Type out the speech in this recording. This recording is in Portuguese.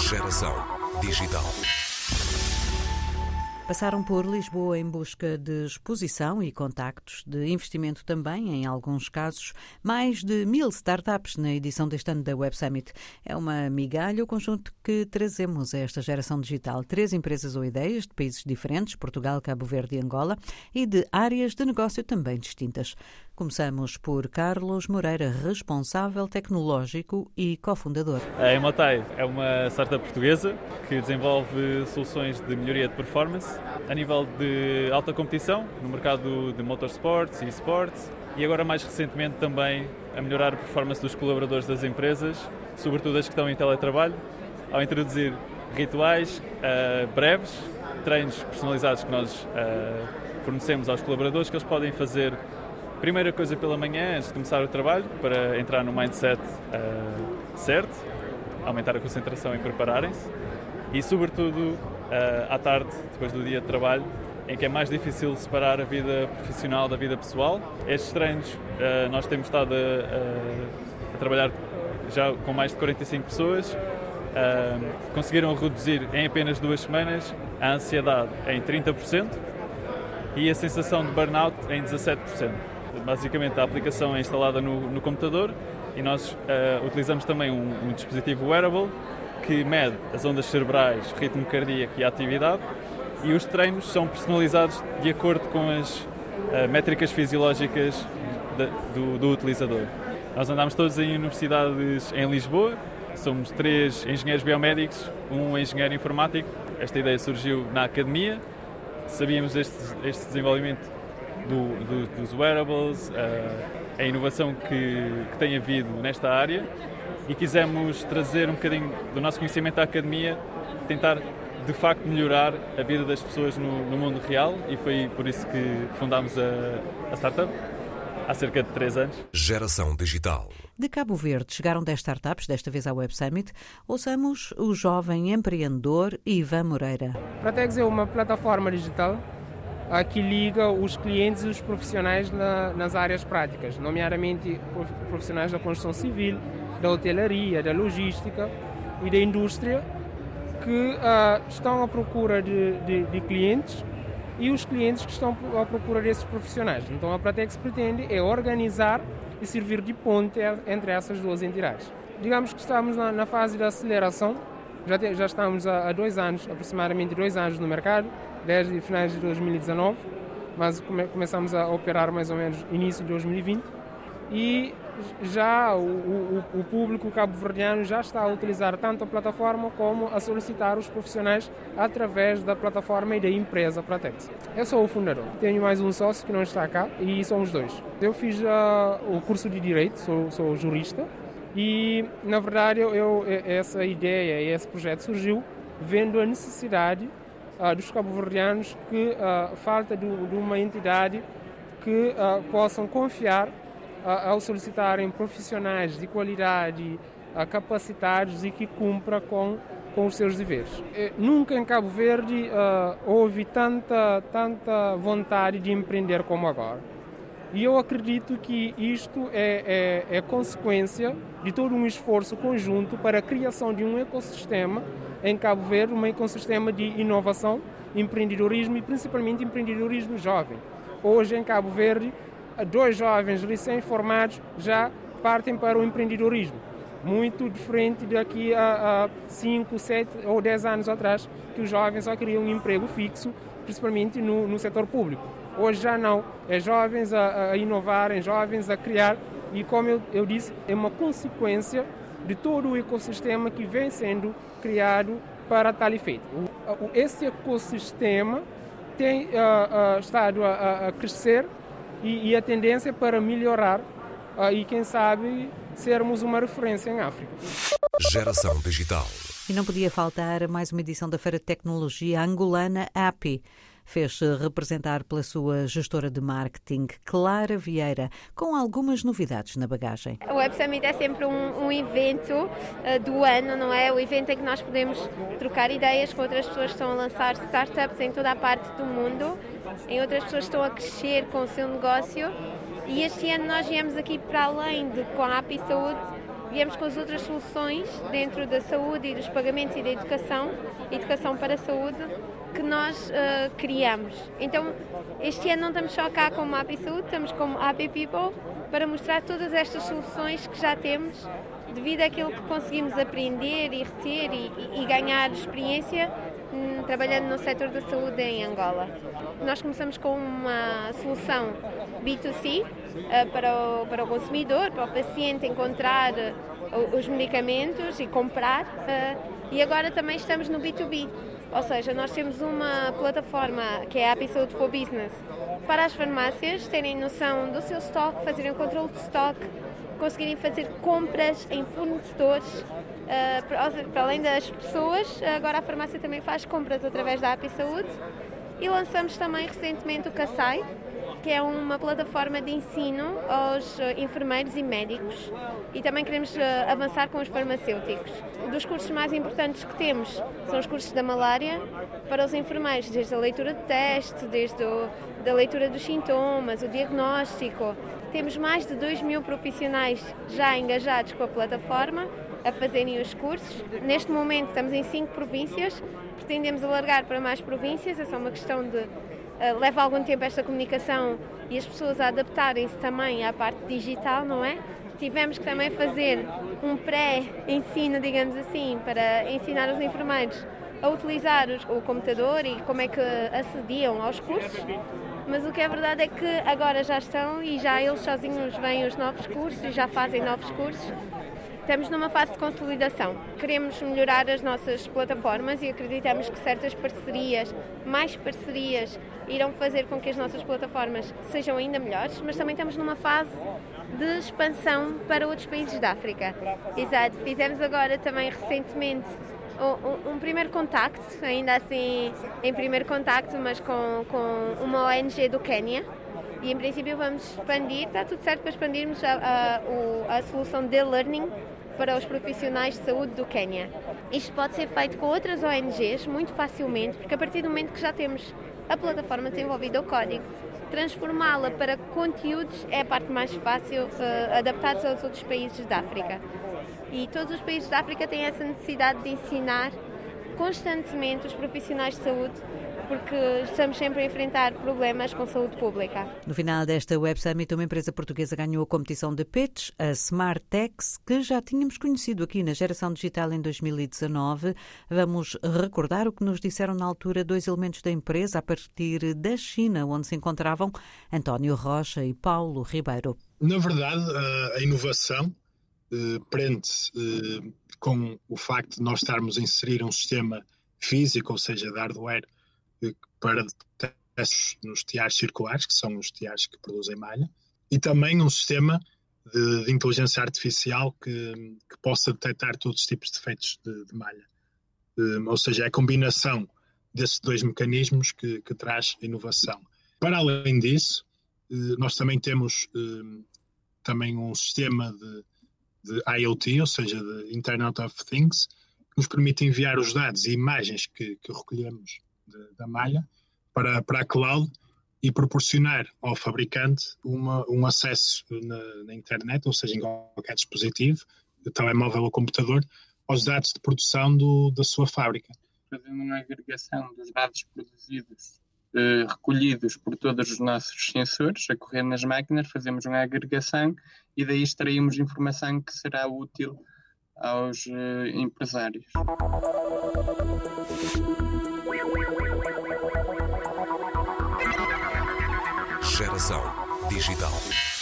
Geração Digital. Passaram por Lisboa em busca de exposição e contactos, de investimento também, em alguns casos, mais de 1000 startups na edição deste ano da Web Summit. É uma migalha o conjunto que trazemos a esta geração digital. 3 empresas ou ideias de países diferentes, Portugal, Cabo Verde e Angola, e de áreas de negócio também distintas. Começamos por Carlos Moreira, responsável tecnológico e cofundador. A Emotai é uma startup portuguesa que desenvolve soluções de melhoria de performance a nível de alta competição no mercado de motorsports e esportes e agora mais recentemente também a melhorar a performance dos colaboradores das empresas, sobretudo as que estão em teletrabalho, ao introduzir rituais breves, treinos personalizados que nós fornecemos aos colaboradores que eles podem fazer primeira coisa pela manhã, antes de começar o trabalho, para entrar no mindset certo, aumentar a concentração e prepararem-se. E, sobretudo, à tarde, depois do dia de trabalho, em que é mais difícil separar a vida profissional da vida pessoal. Estes treinos, nós temos estado a trabalhar já com mais de 45 pessoas. Conseguiram reduzir em apenas 2 semanas a ansiedade em 30% e a sensação de burnout em 17%. Basicamente, a aplicação é instalada no computador e nós utilizamos também um dispositivo wearable que mede as ondas cerebrais, ritmo cardíaco e a atividade, e os treinos são personalizados de acordo com as métricas fisiológicas do utilizador. Nós andamos todos em universidades em Lisboa, somos 3 engenheiros biomédicos, um engenheiro informático. Esta ideia surgiu na academia, sabíamos este desenvolvimento dos wearables, a inovação que tem havido nesta área e quisemos trazer um bocadinho do nosso conhecimento à academia, tentar de facto melhorar a vida das pessoas no mundo real e foi por isso que fundámos a startup há cerca de 3 anos. Geração Digital. De Cabo Verde chegaram 10 startups, desta vez à Web Summit. Ouçamos o jovem empreendedor Ivan Moreira. Pratex é uma plataforma digital que liga os clientes e os profissionais nas áreas práticas, nomeadamente profissionais da construção civil, da hotelaria, da logística e da indústria, que estão à procura de clientes e os clientes que estão à procura desses profissionais. Então a Pratex pretende organizar e servir de ponte entre essas duas entidades. Digamos que estamos na fase de aceleração, já estamos há 2 anos, aproximadamente 2 anos no mercado, desde finais de 2019, mas começamos a operar mais ou menos início de 2020 e já o público cabo-verdiano já está a utilizar tanto a plataforma como a solicitar os profissionais através da plataforma e da empresa Pratex. Eu sou o fundador, tenho mais um sócio que não está cá e somos 2. Eu fiz o curso de Direito, sou jurista e, na verdade, essa ideia e esse projeto surgiu vendo a necessidade dos cabo-verdianos que falta de uma entidade que possam confiar ao solicitarem profissionais de qualidade, capacitados e que cumpra com os seus deveres. Nunca em Cabo Verde houve tanta vontade de empreender como agora. E eu acredito que isto é consequência de todo um esforço conjunto para a criação de um ecossistema em Cabo Verde, um ecossistema de inovação, empreendedorismo e principalmente empreendedorismo jovem. Hoje em Cabo Verde, 2 jovens recém-formados já partem para o empreendedorismo, muito diferente daqui a 5, 7 ou 10 anos atrás, que os jovens só queriam um emprego fixo, principalmente no setor público. Hoje já não, é jovens a inovarem, jovens a criar e, como eu disse, é uma consequência de todo o ecossistema que vem sendo criado para tal efeito. Esse ecossistema tem estado a crescer e a tendência para melhorar e, quem sabe, sermos uma referência em África. Geração Digital. E não podia faltar mais uma edição da Feira de Tecnologia angolana API. Fez-se representar pela sua gestora de marketing, Clara Vieira, com algumas novidades na bagagem. O Web Summit é sempre um evento do ano, não é? O evento em que nós podemos trocar ideias com outras pessoas que estão a lançar startups em toda a parte do mundo, em outras pessoas que estão a crescer com o seu negócio. E este ano nós viemos aqui para além de com a API Saúde viemos com as outras soluções dentro da saúde e dos pagamentos e da educação para a saúde, que nós criamos. Então, este ano não estamos só cá como Happy Saúde, estamos como Happy People para mostrar todas estas soluções que já temos devido àquilo que conseguimos aprender e reter e ganhar experiência trabalhando no setor da saúde em Angola. Nós começamos com uma solução B2C para o consumidor, para o paciente encontrar os medicamentos e comprar, e agora também estamos no B2B, ou seja, nós temos uma plataforma que é a Happy Saúde for Business para as farmácias terem noção do seu estoque, fazerem o controle de estoque, conseguirem fazer compras em fornecedores, para além das pessoas, agora a farmácia também faz compras através da Happy Saúde, e lançamos também recentemente o CASAI, que é uma plataforma de ensino aos enfermeiros e médicos, e também queremos avançar com os farmacêuticos. Dos cursos mais importantes que temos são os cursos da malária para os enfermeiros, desde a leitura de teste, desde a leitura dos sintomas, o diagnóstico. Temos mais de 2.000 profissionais já engajados com a plataforma a fazerem os cursos. Neste momento estamos em 5 províncias, pretendemos alargar para mais províncias, é só uma questão de... leva algum tempo esta comunicação e as pessoas a adaptarem-se também à parte digital, não é? Tivemos que também fazer um pré-ensino, digamos assim, para ensinar os enfermeiros a utilizar o computador e como é que acediam aos cursos. Mas o que é verdade é que agora já estão e já eles sozinhos veem os novos cursos e já fazem novos cursos. Estamos numa fase de consolidação. Queremos melhorar as nossas plataformas e acreditamos que certas parcerias, mais parcerias, irão fazer com que as nossas plataformas sejam ainda melhores, mas também estamos numa fase de expansão para outros países da África. Exato. Fizemos agora também recentemente um primeiro contacto, ainda assim em primeiro contacto, mas com uma ONG do Quênia. E em princípio vamos expandir, está tudo certo para expandirmos a solução de learning para os profissionais de saúde do Quênia. Isto pode ser feito com outras ONGs muito facilmente, porque a partir do momento que já temos a plataforma desenvolvida, o código, transformá-la para conteúdos é a parte mais fácil, adaptados aos outros países da África. E todos os países da África têm essa necessidade de ensinar constantemente os profissionais de saúde, porque estamos sempre a enfrentar problemas com saúde pública. No final desta Web Summit, uma empresa portuguesa ganhou a competição de pitch, a Smartex, que já tínhamos conhecido aqui na Geração Digital em 2019. Vamos recordar o que nos disseram na altura 2 elementos da empresa a partir da China, onde se encontravam António Rocha e Paulo Ribeiro. Na verdade, a inovação prende-se com o facto de nós estarmos a inserir um sistema físico, ou seja, de hardware, para testes nos tiares circulares, que são os tiares que produzem malha, e também um sistema de inteligência artificial que possa detectar todos os tipos de defeitos de malha. Ou seja, é a combinação desses 2 mecanismos que traz inovação. Para além disso, nós também temos também um sistema de IoT, ou seja, de Internet of Things, que nos permite enviar os dados e imagens que recolhemos da malha para a cloud e proporcionar ao fabricante um acesso na internet, ou seja, em qualquer dispositivo, telemóvel ou computador, aos dados de produção da sua fábrica. Fazendo uma agregação dos dados produzidos, recolhidos por todos os nossos sensores, a correr nas máquinas, fazemos uma agregação e daí extraímos informação que será útil aos empresários. Geração Digital.